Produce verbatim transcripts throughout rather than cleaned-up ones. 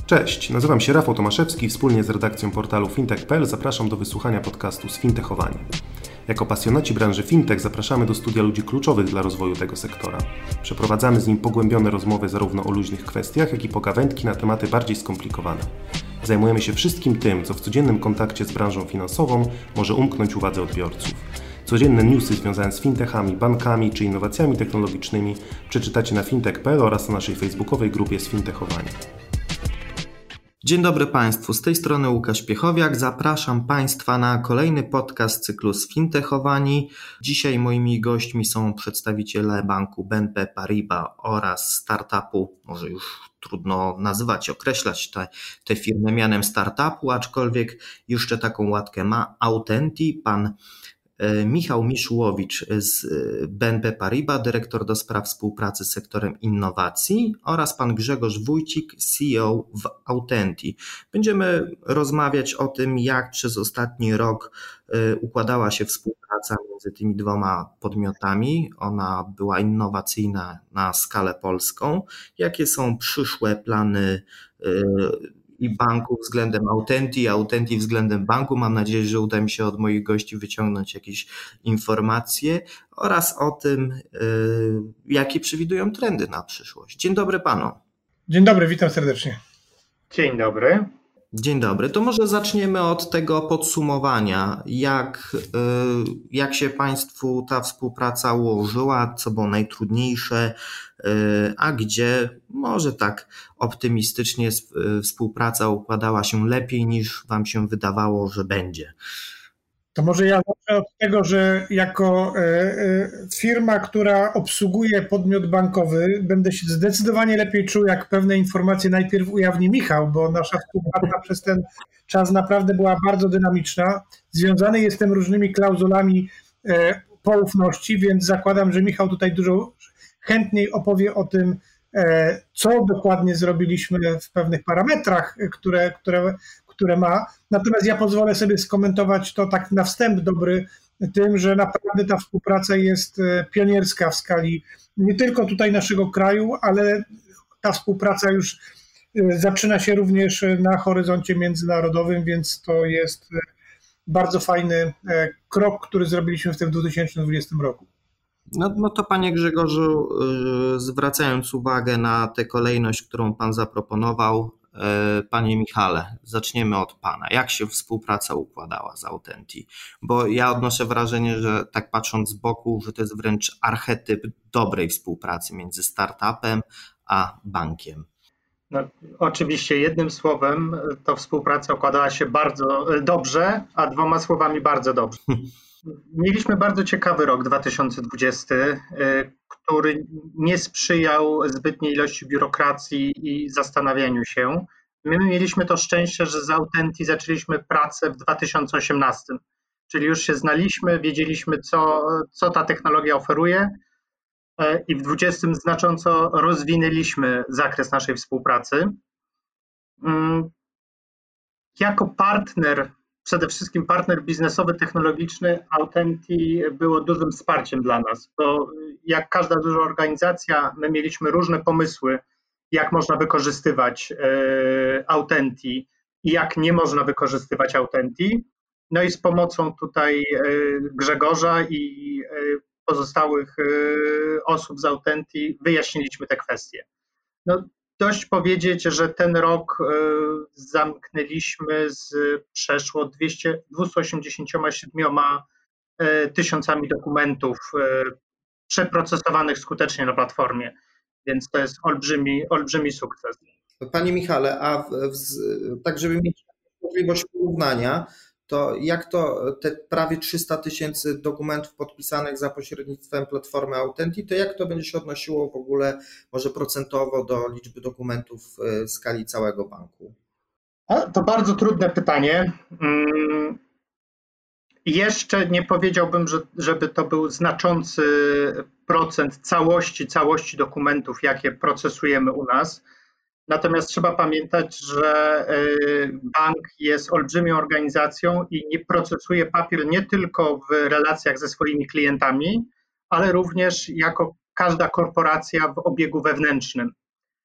Cześć, nazywam się Rafał Tomaszewski i wspólnie z redakcją portalu fintech kropka p l zapraszam do wysłuchania podcastu Sfintechowani. Jako pasjonaci branży fintech zapraszamy do studia ludzi kluczowych dla rozwoju tego sektora. Przeprowadzamy z nim pogłębione rozmowy zarówno o luźnych kwestiach, jak i pogawędki na tematy bardziej skomplikowane. Zajmujemy się wszystkim tym, co w codziennym kontakcie z branżą finansową może umknąć uwadze odbiorców. Codzienne newsy związane z fintechami, bankami czy innowacjami technologicznymi przeczytacie na fintech kropka p l oraz na naszej facebookowej grupie Sfintechowani. Dzień dobry Państwu, z tej strony Łukasz Piechowiak. Zapraszam Państwa na kolejny podcast cyklu Sfintechowani. Dzisiaj moimi gośćmi są przedstawiciele banku B N P Paribas oraz startupu, może już trudno nazywać, określać te, te firmy mianem startupu, aczkolwiek jeszcze taką łatkę ma Autenti. Pan Michał Miszułowicz z B N P Paribas, dyrektor do spraw współpracy z sektorem innowacji, oraz pan Grzegorz Wójcik, C E O w Autenti. Będziemy rozmawiać o tym, jak przez ostatni rok układała się współpraca między tymi dwoma podmiotami. Ona była innowacyjna na skalę polską. Jakie są przyszłe plany i banku względem Autenti, Autenti względem banku. Mam nadzieję, że uda mi się od moich gości wyciągnąć jakieś informacje oraz o tym, jakie przewidują trendy na przyszłość. Dzień dobry panom. Dzień dobry, witam serdecznie. Dzień dobry. Dzień dobry. To może zaczniemy od tego podsumowania. Jak, jak się Państwu ta współpraca ułożyła, co było najtrudniejsze, a gdzie może tak optymistycznie współpraca układała się lepiej niż Wam się wydawało, że będzie? To może ja zacznę od tego, że jako firma, która obsługuje podmiot bankowy, będę się zdecydowanie lepiej czuł, jak pewne informacje najpierw ujawni Michał, bo nasza współpraca przez ten czas naprawdę była bardzo dynamiczna. Związany jestem różnymi klauzulami poufności, więc zakładam, że Michał tutaj dużo chętniej opowie o tym, co dokładnie zrobiliśmy w pewnych parametrach, które, które, które ma. Natomiast ja pozwolę sobie skomentować to tak na wstęp dobry tym, że naprawdę ta współpraca jest pionierska w skali nie tylko tutaj naszego kraju, ale ta współpraca już zaczyna się również na horyzoncie międzynarodowym, więc to jest bardzo fajny krok, który zrobiliśmy w tym dwa tysiące dwudziestym roku. No, no to panie Grzegorzu, zwracając uwagę na tę kolejność, którą pan zaproponował, panie Michale, zaczniemy od pana. Jak się współpraca układała z Autenti? Bo ja odnoszę wrażenie, że tak patrząc z boku, że to jest wręcz archetyp dobrej współpracy między startupem a bankiem. No, oczywiście jednym słowem to współpraca układała się bardzo dobrze, a dwoma słowami bardzo dobrze. Mieliśmy bardzo ciekawy rok dwa tysiące dwudziesty, który nie sprzyjał zbytniej ilości biurokracji i zastanawianiu się. My mieliśmy to szczęście, że z Autenti zaczęliśmy pracę w dwa tysiące osiemnastym, czyli już się znaliśmy, wiedzieliśmy, co, co ta technologia oferuje i w dwudziestym znacząco rozwinęliśmy zakres naszej współpracy. Jako partner, przede wszystkim partner biznesowy, technologiczny, Autenti było dużym wsparciem dla nas, bo jak każda duża organizacja, my mieliśmy różne pomysły, jak można wykorzystywać Autenti i jak nie można wykorzystywać Autenti. No i z pomocą tutaj Grzegorza i pozostałych osób z Autenti wyjaśniliśmy te kwestie. No, dość powiedzieć, że ten rok zamknęliśmy z przeszło dwieście osiemdziesięcioma siedmioma tysiącami dokumentów przeprocesowanych skutecznie na platformie, więc to jest olbrzymi, olbrzymi sukces. Panie Michale, a w, w, tak żeby mieć możliwość porównania, to jak to te prawie trzysta tysięcy dokumentów podpisanych za pośrednictwem platformy Autenti, to jak to będzie się odnosiło w ogóle może procentowo do liczby dokumentów w skali całego banku? A, to bardzo trudne pytanie. Hmm. Jeszcze nie powiedziałbym, że, żeby to był znaczący procent całości, całości dokumentów, jakie procesujemy u nas. Natomiast trzeba pamiętać, że bank jest olbrzymią organizacją i nie procesuje papier nie tylko w relacjach ze swoimi klientami, ale również jako każda korporacja w obiegu wewnętrznym.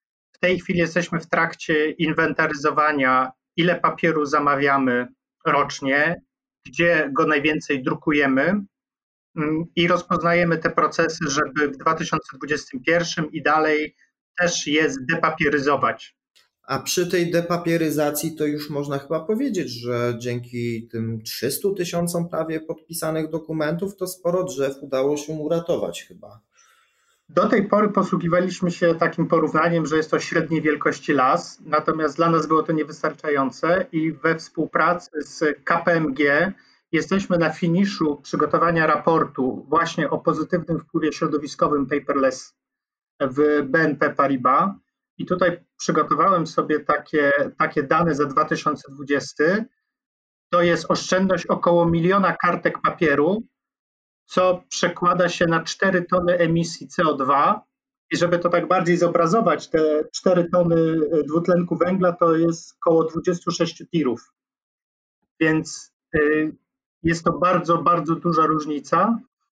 tej chwili jesteśmy w trakcie inwentaryzowania, ile papieru zamawiamy rocznie, gdzie go najwięcej drukujemy i rozpoznajemy te procesy, żeby w dwa tysiące dwudziestym pierwszym i dalej też je zdepapieryzować. A przy tej depapieryzacji to już można chyba powiedzieć, że dzięki tym trzystu tysiącom prawie podpisanych dokumentów to sporo drzew udało się uratować chyba. Do tej pory posługiwaliśmy się takim porównaniem, że jest to średniej wielkości las, natomiast dla nas było to niewystarczające i we współpracy z K P M G jesteśmy na finiszu przygotowania raportu właśnie o pozytywnym wpływie środowiskowym paperless w B N P Paribas. I tutaj przygotowałem sobie takie, takie dane za dwa tysiące dwudziesty. To jest oszczędność około miliona kartek papieru, co przekłada się na cztery tony emisji C O dwa. I żeby to tak bardziej zobrazować, te cztery tony dwutlenku węgla to jest około dwadzieścia sześć tirów. Więc jest to bardzo, bardzo duża różnica.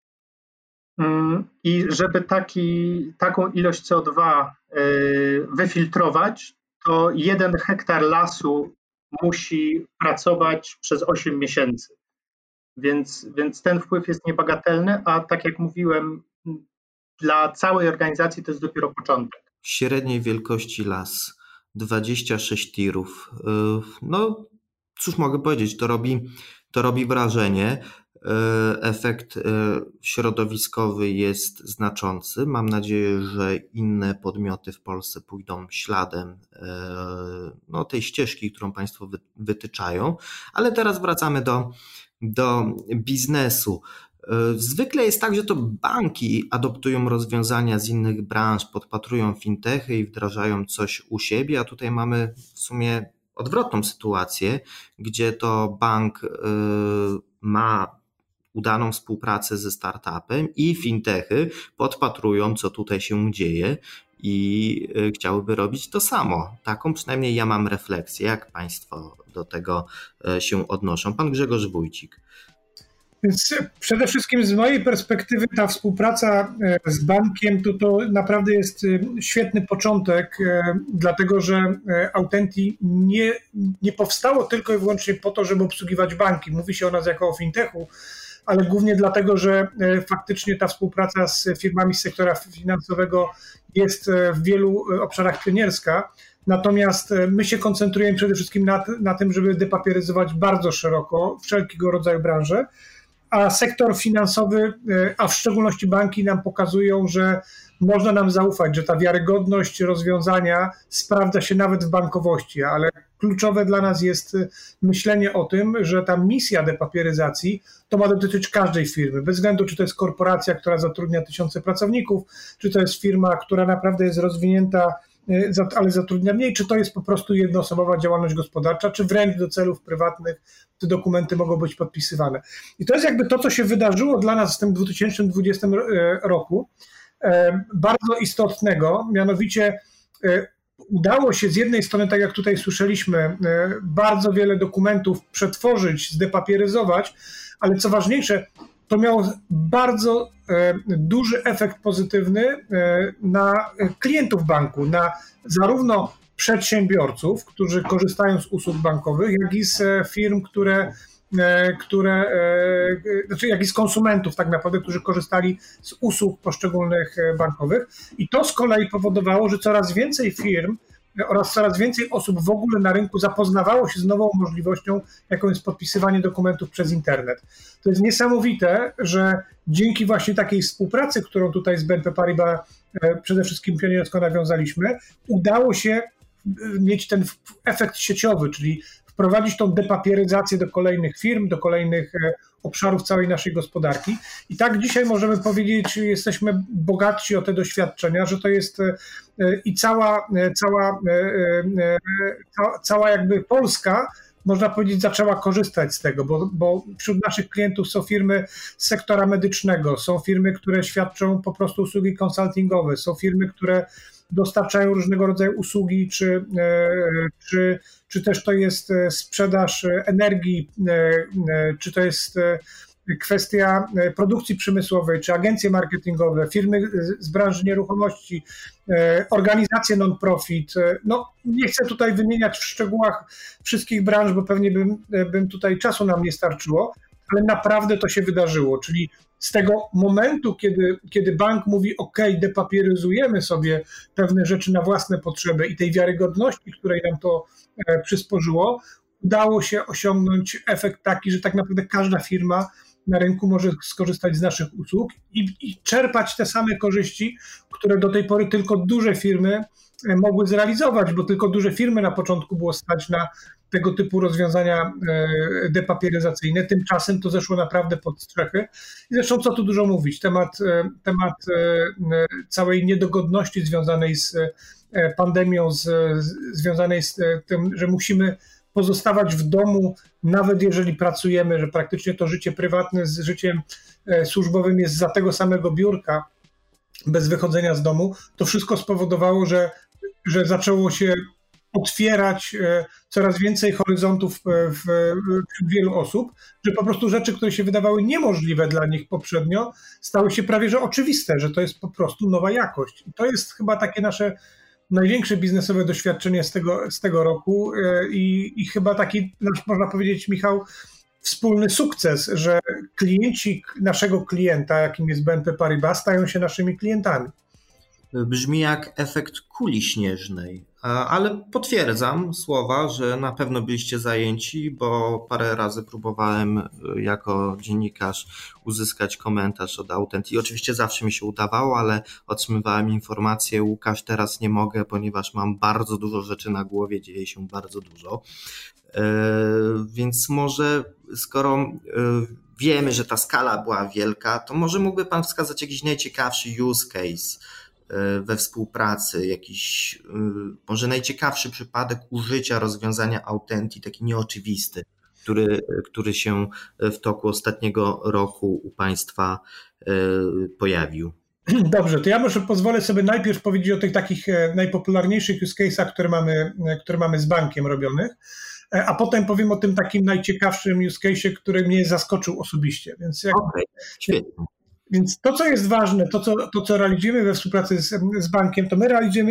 I żeby taki, taką ilość C O dwa wyfiltrować, to jeden hektar lasu musi pracować przez osiem miesięcy. Więc, więc ten wpływ jest niebagatelny, a tak jak mówiłem, dla całej organizacji to jest dopiero początek. Średniej wielkości las, dwadzieścia sześć tirów. No cóż mogę powiedzieć, to robi, to robi wrażenie. Efekt środowiskowy jest znaczący. Mam nadzieję, że inne podmioty w Polsce pójdą śladem no, tej ścieżki, którą Państwo wytyczają. Ale teraz wracamy do, do biznesu. Zwykle jest tak, że to banki adoptują rozwiązania z innych branż, podpatrują fintechy i wdrażają coś u siebie, a tutaj mamy w sumie odwrotną sytuację, gdzie to bank ma udaną współpracę ze startupem i fintechy podpatrują, co tutaj się dzieje i chciałyby robić to samo. Taką przynajmniej ja mam refleksję, jak Państwo do tego się odnoszą. Pan Grzegorz Wójcik. Więc przede wszystkim z mojej perspektywy ta współpraca z bankiem to, to naprawdę jest świetny początek, dlatego że Autenti nie, nie powstało tylko i wyłącznie po to, żeby obsługiwać banki. Mówi się o nas jako o fintechu, ale głównie dlatego, że faktycznie ta współpraca z firmami z sektora finansowego jest w wielu obszarach pionierska. Natomiast my się koncentrujemy przede wszystkim na, na tym, żeby depapieryzować bardzo szeroko wszelkiego rodzaju branże, a sektor finansowy, a w szczególności banki nam pokazują, że można nam zaufać, że ta wiarygodność rozwiązania sprawdza się nawet w bankowości, ale kluczowe dla nas jest myślenie o tym, że ta misja depapieryzacji to ma dotyczyć każdej firmy, bez względu czy to jest korporacja, która zatrudnia tysiące pracowników, czy to jest firma, która naprawdę jest rozwinięta, ale zatrudnia mniej, czy to jest po prostu jednoosobowa działalność gospodarcza, czy wręcz do celów prywatnych te dokumenty mogą być podpisywane. I to jest jakby to, co się wydarzyło dla nas w tym dwa tysiące dwudziestym roku, bardzo istotnego, mianowicie udało się z jednej strony, tak jak tutaj słyszeliśmy, bardzo wiele dokumentów przetworzyć, zdepapieryzować, ale co ważniejsze, to miało bardzo duży efekt pozytywny na klientów banku, na zarówno przedsiębiorców, którzy korzystają z usług bankowych, jak i z firm, które, które znaczy jak i z konsumentów tak naprawdę, którzy korzystali z usług poszczególnych bankowych. I to z kolei powodowało, że coraz więcej firm oraz coraz więcej osób w ogóle na rynku zapoznawało się z nową możliwością, jaką jest podpisywanie dokumentów przez internet. To jest niesamowite, że dzięki właśnie takiej współpracy, którą tutaj z B N P Paribas przede wszystkim pioniersko nawiązaliśmy, udało się mieć ten efekt sieciowy, czyli wprowadzić tą depapieryzację do kolejnych firm, do kolejnych obszarów całej naszej gospodarki. I tak dzisiaj możemy powiedzieć, jesteśmy bogatsi o te doświadczenia, że to jest i cała, cała, cała jakby Polska, można powiedzieć, zaczęła korzystać z tego, bo, bo wśród naszych klientów są firmy z sektora medycznego, są firmy, które świadczą po prostu usługi konsultingowe, są firmy, które dostarczają różnego rodzaju usługi, czy, czy, czy też to jest sprzedaż energii, czy to jest kwestia produkcji przemysłowej, czy agencje marketingowe, firmy z branży nieruchomości, organizacje non-profit. No, nie chcę tutaj wymieniać w szczegółach wszystkich branż, bo pewnie bym, bym tutaj czasu nam nie starczyło, ale naprawdę to się wydarzyło, czyli z tego momentu, kiedy, kiedy bank mówi OK, depapieryzujemy sobie pewne rzeczy na własne potrzeby i tej wiarygodności, której nam to przysporzyło, udało się osiągnąć efekt taki, że tak naprawdę każda firma na rynku może skorzystać z naszych usług i, i czerpać te same korzyści, które do tej pory tylko duże firmy mogły zrealizować, bo tylko duże firmy na początku było stać na tego typu rozwiązania depapieryzacyjne. Tymczasem to zeszło naprawdę pod strzechy. I zresztą co tu dużo mówić, temat, temat całej niedogodności związanej z pandemią, z, związanej z tym, że musimy pozostawać w domu, nawet jeżeli pracujemy, że praktycznie to życie prywatne z życiem służbowym jest za tego samego biurka, bez wychodzenia z domu, to wszystko spowodowało, że, że zaczęło się otwierać coraz więcej horyzontów wśród wielu osób, że po prostu rzeczy, które się wydawały niemożliwe dla nich poprzednio, stały się prawie że oczywiste, że to jest po prostu nowa jakość. I to jest chyba takie nasze największe biznesowe doświadczenie z tego, z tego roku i, i chyba taki, można powiedzieć, Michał, wspólny sukces, że klienci naszego klienta, jakim jest B N P Paribas, stają się naszymi klientami. Brzmi jak efekt kuli śnieżnej, ale potwierdzam słowa, że na pewno byliście zajęci, bo parę razy próbowałem jako dziennikarz uzyskać komentarz od Autent i oczywiście zawsze mi się udawało, ale otrzymywałem informację: Łukasz, teraz nie mogę, ponieważ mam bardzo dużo rzeczy na głowie, dzieje się bardzo dużo. Więc może skoro wiemy, że ta skala była wielka, to może mógłby Pan wskazać jakiś najciekawszy use case we współpracy, jakiś może najciekawszy przypadek użycia rozwiązania Autenti, taki nieoczywisty, który, który się w toku ostatniego roku u Państwa pojawił. Dobrze, to ja może pozwolę sobie najpierw powiedzieć o tych takich najpopularniejszych use case'ach, które mamy, które mamy z bankiem robionych, a potem powiem o tym takim najciekawszym use case'ie, który mnie zaskoczył osobiście. Więc jak... okay, świetnie. Więc to, co jest ważne, to co, to, co realizujemy we współpracy z, z bankiem, to my realizujemy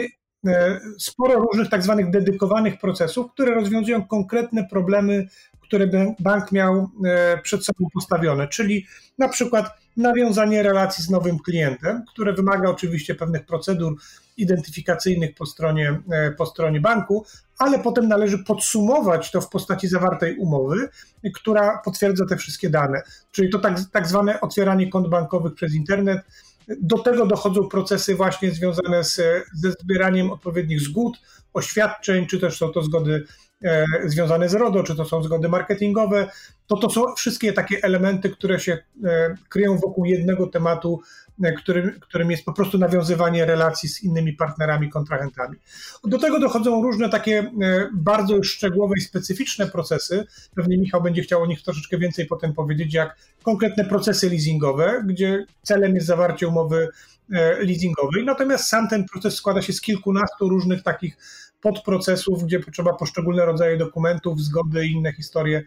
sporo różnych tak zwanych dedykowanych procesów, które rozwiązują konkretne problemy, które bank miał przed sobą postawione, czyli na przykład nawiązanie relacji z nowym klientem, które wymaga oczywiście pewnych procedur identyfikacyjnych po stronie, po stronie banku, ale potem należy podsumować to w postaci zawartej umowy, która potwierdza te wszystkie dane, czyli to tak, tak zwane otwieranie kont bankowych przez internet. Do tego dochodzą procesy właśnie związane z, ze zbieraniem odpowiednich zgód, oświadczeń, czy też są to zgody e, związane z RODO, czy to są zgody marketingowe. To, to są wszystkie takie elementy, które się e, kryją wokół jednego tematu, e, którym, którym jest po prostu nawiązywanie relacji z innymi partnerami, kontrahentami. Do tego dochodzą różne takie e, bardzo już szczegółowe i specyficzne procesy. Pewnie Michał będzie chciał o nich troszeczkę więcej potem powiedzieć, jak konkretne procesy leasingowe, gdzie celem jest zawarcie umowy leasingowej. Natomiast sam ten proces składa się z kilkunastu różnych takich podprocesów, gdzie trzeba poszczególne rodzaje dokumentów, zgody i inne historie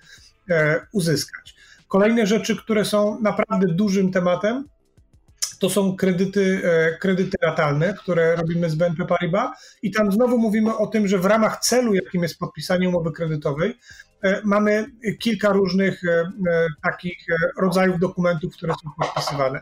uzyskać. Kolejne rzeczy, które są naprawdę dużym tematem, to są kredyty, kredyty ratalne, które robimy z B N P Paribas i tam znowu mówimy o tym, że w ramach celu, jakim jest podpisanie umowy kredytowej, mamy kilka różnych takich rodzajów dokumentów, które są podpisywane.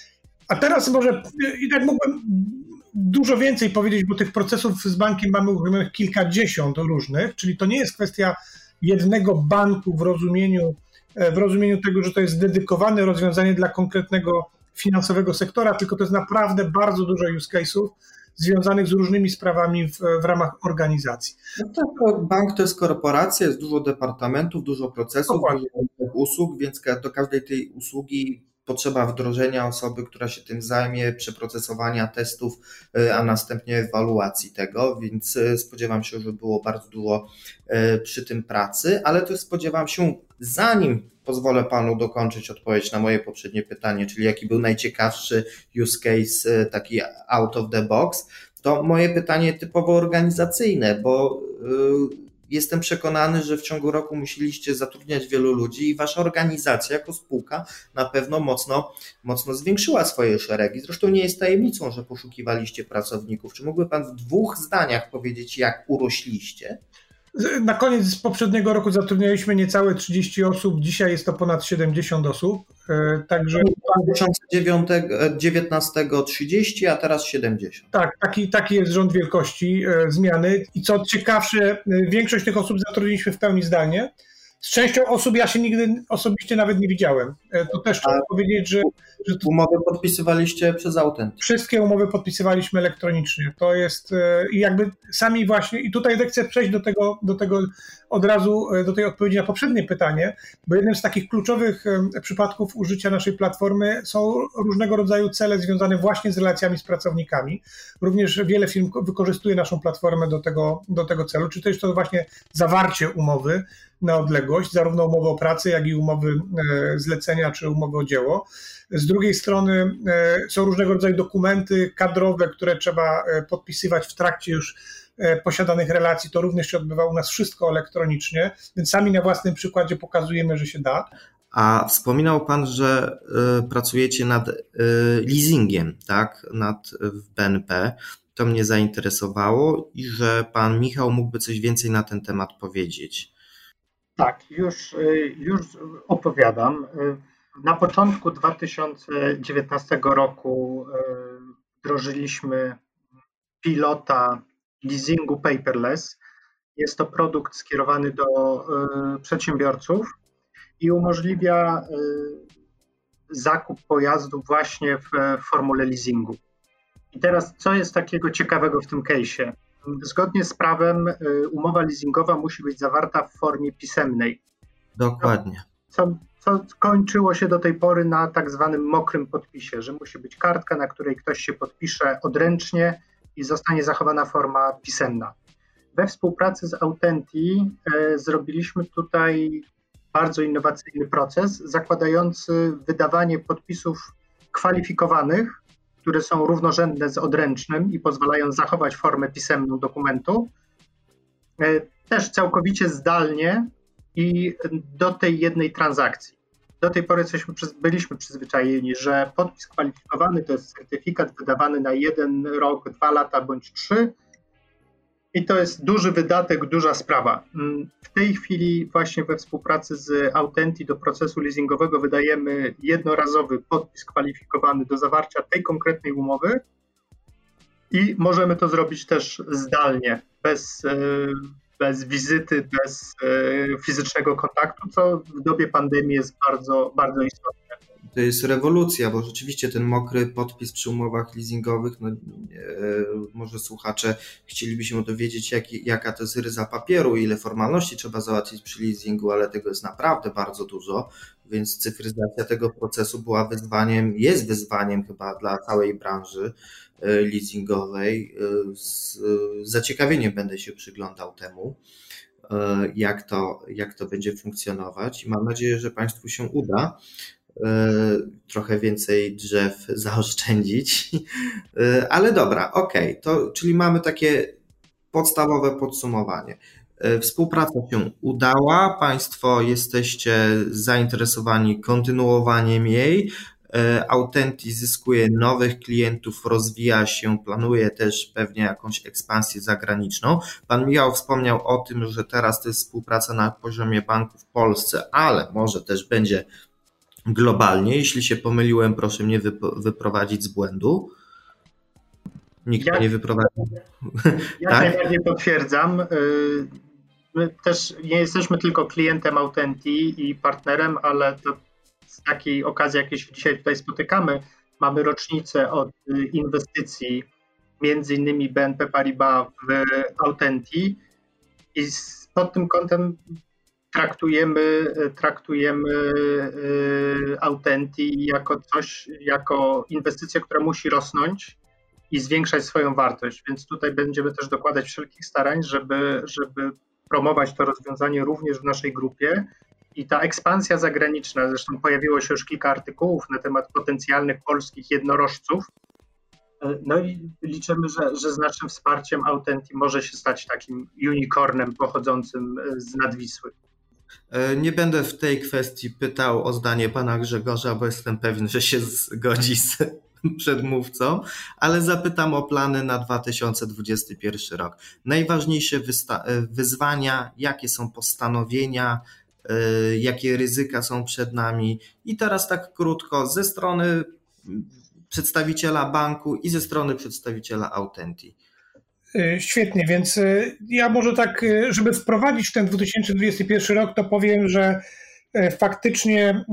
A teraz może, i tak mógłbym dużo więcej powiedzieć, bo tych procesów z bankiem mamy kilkadziesiąt różnych, czyli to nie jest kwestia jednego banku w rozumieniu, w rozumieniu tego, że to jest dedykowane rozwiązanie dla konkretnego finansowego sektora, tylko to jest naprawdę bardzo dużo use case'ów związanych z różnymi sprawami w, w ramach organizacji. No tak, bank to jest korporacja, jest dużo departamentów, dużo procesów, Dokładnie. dużo usług, więc do każdej tej usługi potrzeba wdrożenia osoby, która się tym zajmie, przeprocesowania testów, a następnie ewaluacji tego, więc spodziewam się, że było bardzo dużo przy tym pracy, ale też spodziewam się, zanim pozwolę Panu dokończyć odpowiedź na moje poprzednie pytanie, czyli jaki był najciekawszy use case taki out of the box, to moje pytanie typowo organizacyjne, bo jestem przekonany, że w ciągu roku musieliście zatrudniać wielu ludzi i wasza organizacja jako spółka na pewno mocno, mocno zwiększyła swoje szeregi. Zresztą nie jest tajemnicą, że poszukiwaliście pracowników. Czy mógłby pan w dwóch zdaniach powiedzieć, jak urośliście? Na koniec poprzedniego roku zatrudnialiśmy niecałe trzydzieści osób, dzisiaj jest to ponad siedemdziesiąt osób. Także dwa tysiące dziewiętnastego trzydzieści, a teraz siedemdziesiąt. Tak, taki, taki jest rząd wielkości zmiany. I co ciekawsze, większość tych osób zatrudniliśmy w pełni zdalnie. Z częścią osób ja się nigdy osobiście nawet nie widziałem. To też trzeba a powiedzieć, że, że to umowy podpisywaliście przez Autenty. Wszystkie umowy podpisywaliśmy elektronicznie. To jest i jakby sami właśnie, i tutaj chcę przejść do tego, do tego od razu, do tej odpowiedzi na poprzednie pytanie, bo jednym z takich kluczowych przypadków użycia naszej platformy są różnego rodzaju cele związane właśnie z relacjami z pracownikami. Również wiele firm wykorzystuje naszą platformę do tego, do tego celu, czy też to właśnie zawarcie umowy na odległość, zarówno umowy o pracę, jak i umowy zlecenia czy umowy o dzieło. Z drugiej strony są różnego rodzaju dokumenty kadrowe, które trzeba podpisywać w trakcie już posiadanych relacji. To również się odbywa u nas wszystko elektronicznie, więc sami na własnym przykładzie pokazujemy, że się da. A wspominał pan, że y, pracujecie nad y, leasingiem, tak, nad w B N P. To mnie zainteresowało i że pan Michał mógłby coś więcej na ten temat powiedzieć. Tak, już, już opowiadam. Na początku dwa tysiące dziewiętnastego roku wdrożyliśmy pilota leasingu paperless. Jest to produkt skierowany do przedsiębiorców i umożliwia zakup pojazdu właśnie w formule leasingu. I teraz co jest takiego ciekawego w tym case'ie? Zgodnie z prawem umowa leasingowa musi być zawarta w formie pisemnej. Dokładnie. Co, co kończyło się do tej pory na tak zwanym mokrym podpisie, że musi być kartka, na której ktoś się podpisze odręcznie i zostanie zachowana forma pisemna. We współpracy z Autenty e, zrobiliśmy tutaj bardzo innowacyjny proces, zakładający wydawanie podpisów kwalifikowanych, które są równorzędne z odręcznym i pozwalają zachować formę pisemną dokumentu, e, też całkowicie zdalnie i do tej jednej transakcji. Do tej pory jesteśmy, byliśmy przyzwyczajeni, że podpis kwalifikowany to jest certyfikat wydawany na jeden rok, dwa lata bądź trzy i to jest duży wydatek, duża sprawa. W tej chwili właśnie we współpracy z Autenty do procesu leasingowego wydajemy jednorazowy podpis kwalifikowany do zawarcia tej konkretnej umowy i możemy to zrobić też zdalnie, bez bez wizyty, bez fizycznego kontaktu, co w dobie pandemii jest bardzo, bardzo istotne. To jest rewolucja, bo rzeczywiście ten mokry podpis przy umowach leasingowych, no, e, może słuchacze chcielibyśmy dowiedzieć, jak, jaka to jest ryza papieru, ile formalności trzeba załatwić przy leasingu, ale tego jest naprawdę bardzo dużo, więc cyfryzacja tego procesu była wyzwaniem, jest wyzwaniem chyba dla całej branży leasingowej. Z zaciekawieniem będę się przyglądał temu, jak to, jak to będzie funkcjonować i mam nadzieję, że Państwu się uda trochę więcej drzew zaoszczędzić, ale dobra, okej, okay. To czyli mamy takie podstawowe podsumowanie. Współpraca się udała, Państwo jesteście zainteresowani kontynuowaniem jej, Autenty zyskuje nowych klientów, rozwija się, planuje też pewnie jakąś ekspansję zagraniczną. Pan Michał wspomniał o tym, że teraz to jest współpraca na poziomie banku w Polsce, ale może też będzie globalnie. Jeśli się pomyliłem, proszę mnie wyprowadzić z błędu. Nikt ja, nie wyprowadził. Ja tak? najbardziej potwierdzam. My też nie jesteśmy tylko klientem Autenty i partnerem, ale to z takiej okazji, jakiej się dzisiaj tutaj spotykamy, mamy rocznicę od inwestycji, między innymi B N P Paribas w Autenty i pod tym kątem traktujemy, traktujemy Autenty jako coś, jako inwestycję, która musi rosnąć i zwiększać swoją wartość, więc tutaj będziemy też dokładać wszelkich starań, żeby, żeby promować to rozwiązanie również w naszej grupie. I ta ekspansja zagraniczna, zresztą pojawiło się już kilka artykułów na temat potencjalnych polskich jednorożców, No i liczymy, że, że z naszym wsparciem Authenty może się stać takim unicornem pochodzącym z Nadwisły. Nie będę w tej kwestii pytał o zdanie pana Grzegorza, bo jestem pewien, że się zgodzi z przedmówcą, ale zapytam o plany na dwa tysiące dwudziesty pierwszy rok. Najważniejsze wysta- wyzwania, jakie są postanowienia, yy, jakie ryzyka są przed nami i teraz tak krótko ze strony przedstawiciela banku i ze strony przedstawiciela Authenty. Świetnie, więc ja może tak, żeby wprowadzić w ten dwa tysiące dwudziesty pierwszy rok, to powiem, że faktycznie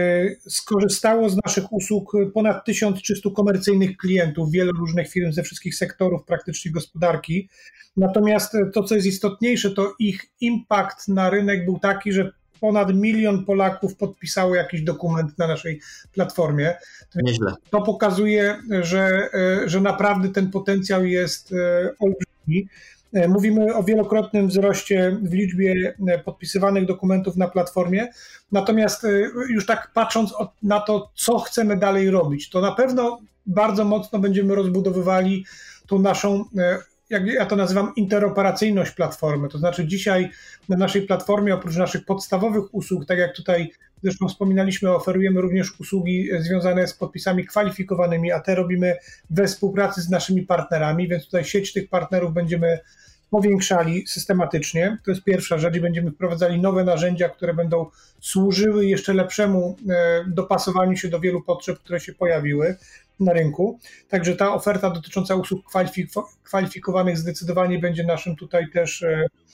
skorzystało z naszych usług ponad tysiąc trzysta komercyjnych klientów, wielu różnych firm ze wszystkich sektorów praktycznie gospodarki. Natomiast to, co jest istotniejsze, to ich impact na rynek był taki, że ponad milion Polaków podpisało jakiś dokument na naszej platformie. Nieźle. To pokazuje, że, że naprawdę ten potencjał jest olbrzymi. Mówimy o wielokrotnym wzroście w liczbie podpisywanych dokumentów na platformie. Natomiast już tak patrząc na to, co chcemy dalej robić, to na pewno bardzo mocno będziemy rozbudowywali tą naszą, jak ja to nazywam, interoperacyjność platformy. To znaczy dzisiaj na naszej platformie oprócz naszych podstawowych usług, tak jak tutaj zresztą wspominaliśmy, oferujemy również usługi związane z podpisami kwalifikowanymi, a te robimy we współpracy z naszymi partnerami, więc tutaj sieć tych partnerów będziemy powiększali systematycznie. To jest pierwsza rzecz i będziemy wprowadzali nowe narzędzia, które będą służyły jeszcze lepszemu dopasowaniu się do wielu potrzeb, które się pojawiły na rynku. Także ta oferta dotycząca usług kwalifikowanych zdecydowanie będzie naszym tutaj też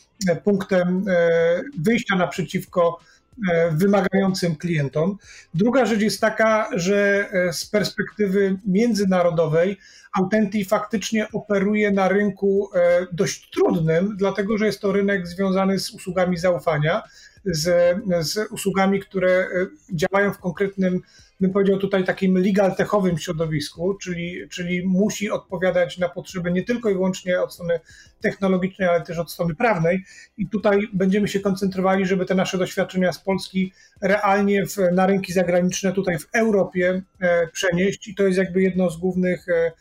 punktem wyjścia naprzeciwko wymagającym klientom. Druga rzecz jest taka, że z perspektywy międzynarodowej Authenty faktycznie operuje na rynku dość trudnym, dlatego że jest to rynek związany z usługami zaufania, z, z usługami, które działają w konkretnym, bym powiedział tutaj, takim legal techowym środowisku, czyli, czyli musi odpowiadać na potrzeby nie tylko i wyłącznie od strony technologicznej, ale też od strony prawnej. I tutaj będziemy się koncentrowali, żeby te nasze doświadczenia z Polski realnie w, na rynki zagraniczne tutaj w Europie e, przenieść i to jest jakby jedno z głównych, e,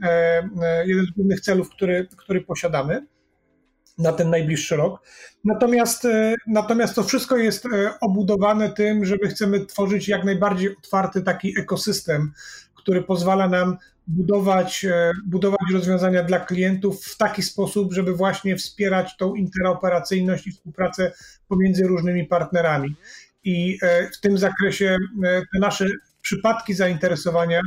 e, jeden z głównych celów, który, który posiadamy na ten najbliższy rok. Natomiast, natomiast to wszystko jest obudowane tym, że my chcemy tworzyć jak najbardziej otwarty taki ekosystem, który pozwala nam budować, budować rozwiązania dla klientów w taki sposób, żeby właśnie wspierać tą interoperacyjność i współpracę pomiędzy różnymi partnerami. I w tym zakresie te nasze przypadki zainteresowania,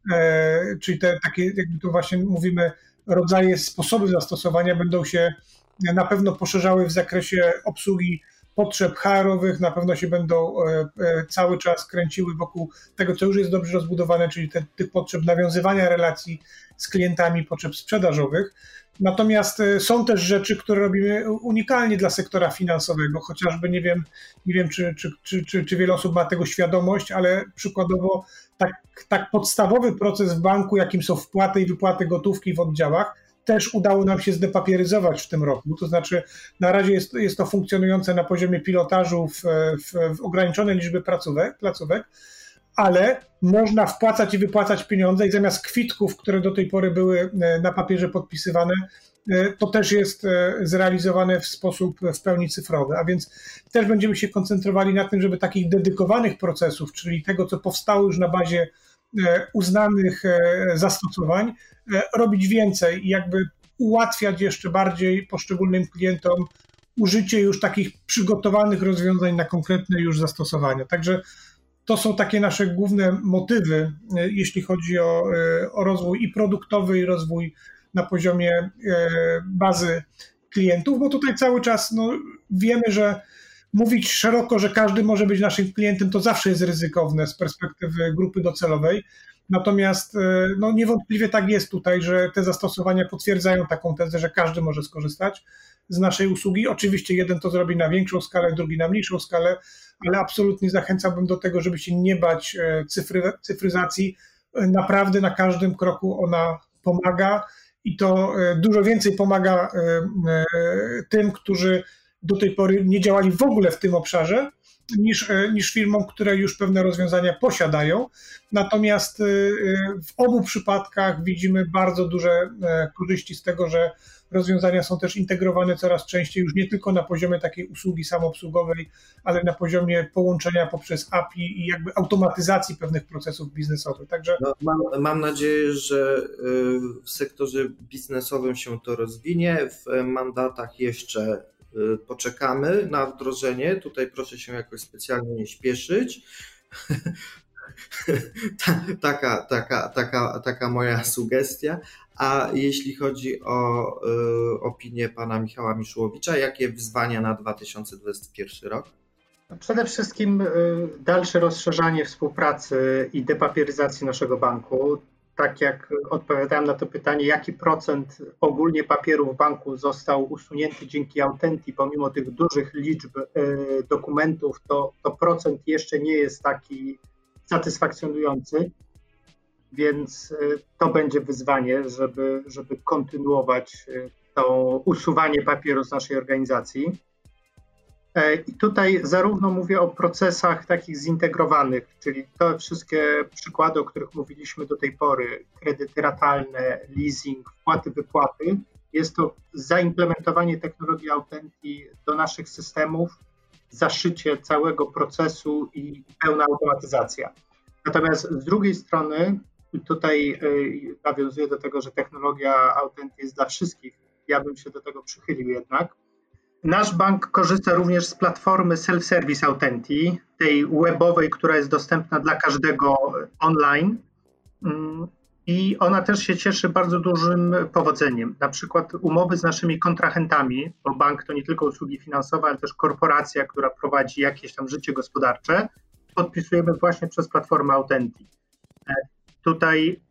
czyli te takie, jakby to właśnie mówimy, rodzaje, sposoby zastosowania będą się na pewno poszerzały w zakresie obsługi potrzeb H R-owych, na pewno się będą cały czas kręciły wokół tego, co już jest dobrze rozbudowane, czyli te, tych potrzeb nawiązywania relacji z klientami, potrzeb sprzedażowych. Natomiast są też rzeczy, które robimy unikalnie dla sektora finansowego, chociażby nie wiem, nie wiem czy, czy, czy, czy, czy wiele osób ma tego świadomość, ale przykładowo tak, tak podstawowy proces w banku, jakim są wpłaty i wypłaty gotówki w oddziałach, też udało nam się zdepapieryzować w tym roku. To znaczy na razie jest, jest to funkcjonujące na poziomie pilotażu w, w, w ograniczonej liczbie placówek, placówek, ale można wpłacać i wypłacać pieniądze i zamiast kwitków, które do tej pory były na papierze podpisywane, to też jest zrealizowane w sposób w pełni cyfrowy. A więc też będziemy się koncentrowali na tym, żeby takich dedykowanych procesów, czyli tego, co powstało już na bazie uznanych zastosowań, robić więcej i jakby ułatwiać jeszcze bardziej poszczególnym klientom użycie już takich przygotowanych rozwiązań na konkretne już zastosowania. Także to są takie nasze główne motywy, jeśli chodzi o, o rozwój i produktowy, i rozwój na poziomie bazy klientów, bo tutaj cały czas no, wiemy, że mówić szeroko, że każdy może być naszym klientem, to zawsze jest ryzykowne z perspektywy grupy docelowej. Natomiast no, niewątpliwie tak jest tutaj, że te zastosowania potwierdzają taką tezę, że każdy może skorzystać z naszej usługi. Oczywiście jeden to zrobi na większą skalę, drugi na mniejszą skalę, ale absolutnie zachęcałbym do tego, żeby się nie bać cyfry, cyfryzacji. Naprawdę na każdym kroku ona pomaga i to dużo więcej pomaga tym, którzy do tej pory nie działali w ogóle w tym obszarze, niż, niż firmom, które już pewne rozwiązania posiadają. Natomiast w obu przypadkach widzimy bardzo duże korzyści z tego, że rozwiązania są też integrowane coraz częściej, już nie tylko na poziomie takiej usługi samoobsługowej, ale na poziomie połączenia poprzez A P I i jakby automatyzacji pewnych procesów biznesowych. Także no, mam, mam nadzieję, że w sektorze biznesowym się to rozwinie. W mandatach jeszcze poczekamy na wdrożenie. Tutaj proszę się jakoś specjalnie nie śpieszyć. taka, taka, taka, taka moja sugestia. A jeśli chodzi o y, opinię pana Michała Miszłowicza, jakie wyzwania na dwa tysiące dwudziesty pierwszy rok? Przede wszystkim dalsze rozszerzanie współpracy i depapieryzacji naszego banku. Tak jak odpowiadałem na to pytanie, jaki procent ogólnie papieru w banku został usunięty dzięki Authentii, pomimo tych dużych liczb dokumentów, to, to procent jeszcze nie jest taki satysfakcjonujący, więc to będzie wyzwanie, żeby, żeby kontynuować to usuwanie papieru z naszej organizacji. I tutaj zarówno mówię o procesach takich zintegrowanych, czyli te wszystkie przykłady, o których mówiliśmy do tej pory, kredyty ratalne, leasing, wpłaty, wypłaty, jest to zaimplementowanie technologii Authentii do naszych systemów, zaszycie całego procesu i pełna automatyzacja. Natomiast z drugiej strony, i tutaj nawiązuję do tego, że technologia Authentii jest dla wszystkich, ja bym się do tego przychylił jednak. Nasz bank korzysta również z platformy Self-Service Authentii, tej webowej, która jest dostępna dla każdego online i ona też się cieszy bardzo dużym powodzeniem. Na przykład umowy z naszymi kontrahentami, bo bank to nie tylko usługi finansowe, ale też korporacja, która prowadzi jakieś tam życie gospodarcze, podpisujemy właśnie przez platformę Authentii. Tutaj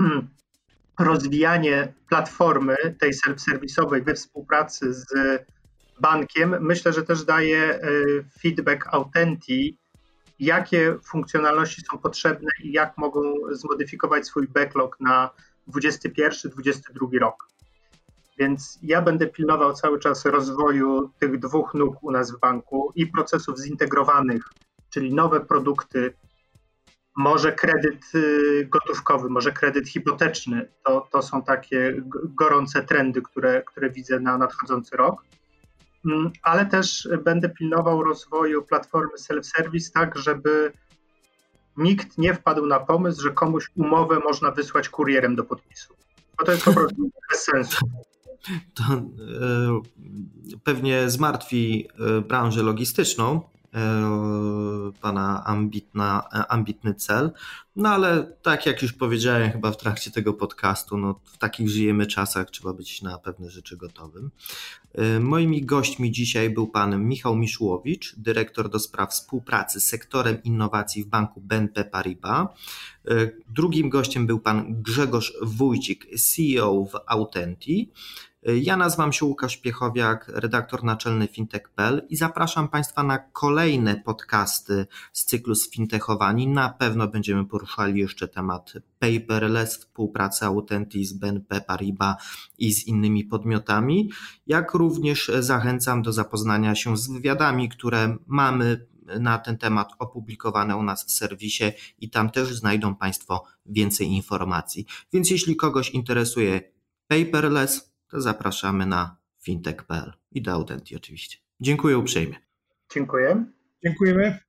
rozwijanie platformy tej self-serwisowej we współpracy z bankiem, myślę, że też daje feedback Authentii, jakie funkcjonalności są potrzebne i jak mogą zmodyfikować swój backlog na dwudziesty pierwszy dwudziesty drugi rok. Więc ja będę pilnował cały czas rozwoju tych dwóch nóg u nas w banku i procesów zintegrowanych, czyli nowe produkty, może kredyt gotówkowy, może kredyt hipoteczny. To, to są takie gorące trendy, które, które widzę na nadchodzący rok. Ale też będę pilnował rozwoju platformy self-service tak, żeby nikt nie wpadł na pomysł, że komuś umowę można wysłać kurierem do podpisu. Bo to jest po prostu bez sensu. To e, pewnie zmartwi branżę logistyczną, pana ambitna, ambitny cel, no ale tak jak już powiedziałem chyba w trakcie tego podcastu, no w takich żyjemy czasach, trzeba być na pewne rzeczy gotowym. Moimi gośćmi dzisiaj był pan Michał Miszłowicz, dyrektor do spraw współpracy z sektorem innowacji w banku B N P Paribas. Drugim gościem był pan Grzegorz Wójcik, C E O w Authentii. Ja nazywam się Łukasz Piechowiak, redaktor naczelny fintech kropka p l i zapraszam Państwa na kolejne podcasty z cyklu Sfintechowani. Na pewno będziemy poruszali jeszcze temat paperless, współpracy Authentii z B N P Paribas i z innymi podmiotami, jak również zachęcam do zapoznania się z wywiadami, które mamy na ten temat opublikowane u nas w serwisie i tam też znajdą Państwo więcej informacji. Więc jeśli kogoś interesuje paperless, to zapraszamy na fintech kropka p l i do Authentii oczywiście. Dziękuję uprzejmie. Dziękuję. Dziękujemy.